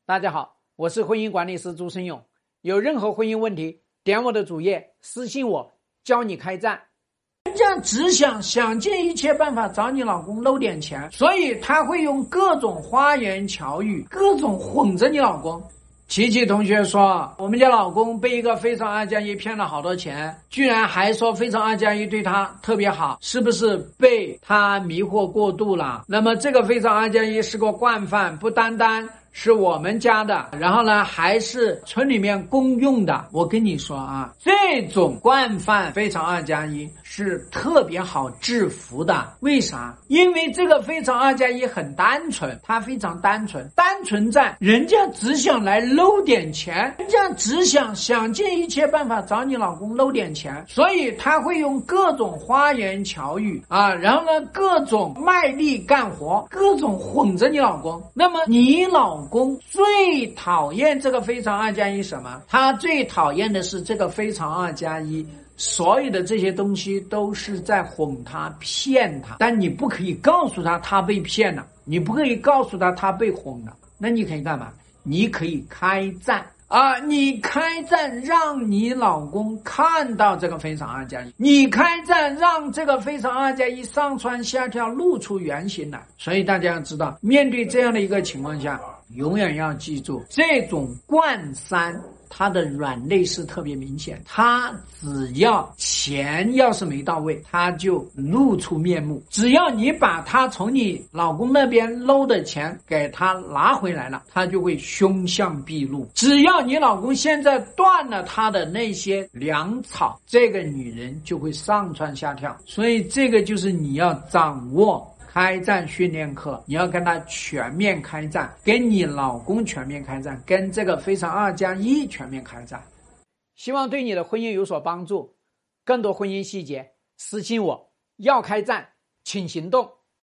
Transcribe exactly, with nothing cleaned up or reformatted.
大家好，我是婚姻管理师朱生勇。有任何婚姻问题，点我的主页私信我，教你开战。人家只想想尽一切办法找你老公搂点钱，所以他会用各种花言巧语，各种哄着你老公。琪琪同学说，我们家老公被一个非常二加一骗了好多钱，居然还说非常二加一对他特别好，是不是被他迷惑过度了？那么这个非常二加一是个惯犯，不单单是我们家的，然后呢还是村里面公用的。我跟你说啊，这种惯犯非常二加一是特别好制服的。为啥？因为这个非常二加一很单纯，它非常单纯，单纯在人家只想来搂点钱，人家只想想尽一切办法找你老公搂点钱，所以他会用各种花言巧语啊，然后呢各种卖力干活，各种哄着你老公。那么你老公公最讨厌这个非常二加一什么？他最讨厌的是这个非常二加一，所有的这些东西都是在哄他骗他，但你不可以告诉他他被骗了，你不可以告诉他他被哄了，那你可以干嘛？你可以开战啊！你开战让你老公看到这个非常二加一，你开战让这个非常二加一上蹿下跳，露出原形来。所以大家要知道，面对这样的一个情况下，永远要记住，这种惯三它的软肋是特别明显，他只要钱要是没到位，他就露出面目。只要你把他从你老公那边搂的钱给他拿回来了，他就会凶相毕露。只要你老公现在断了他的那些粮草，这个女人就会上蹿下跳。所以这个就是你要掌握开战训练课，你要跟他全面开战，跟你老公全面开战，跟这个非常二加一全面开战。希望对你的婚姻有所帮助。更多婚姻细节私信我。要开战请行动。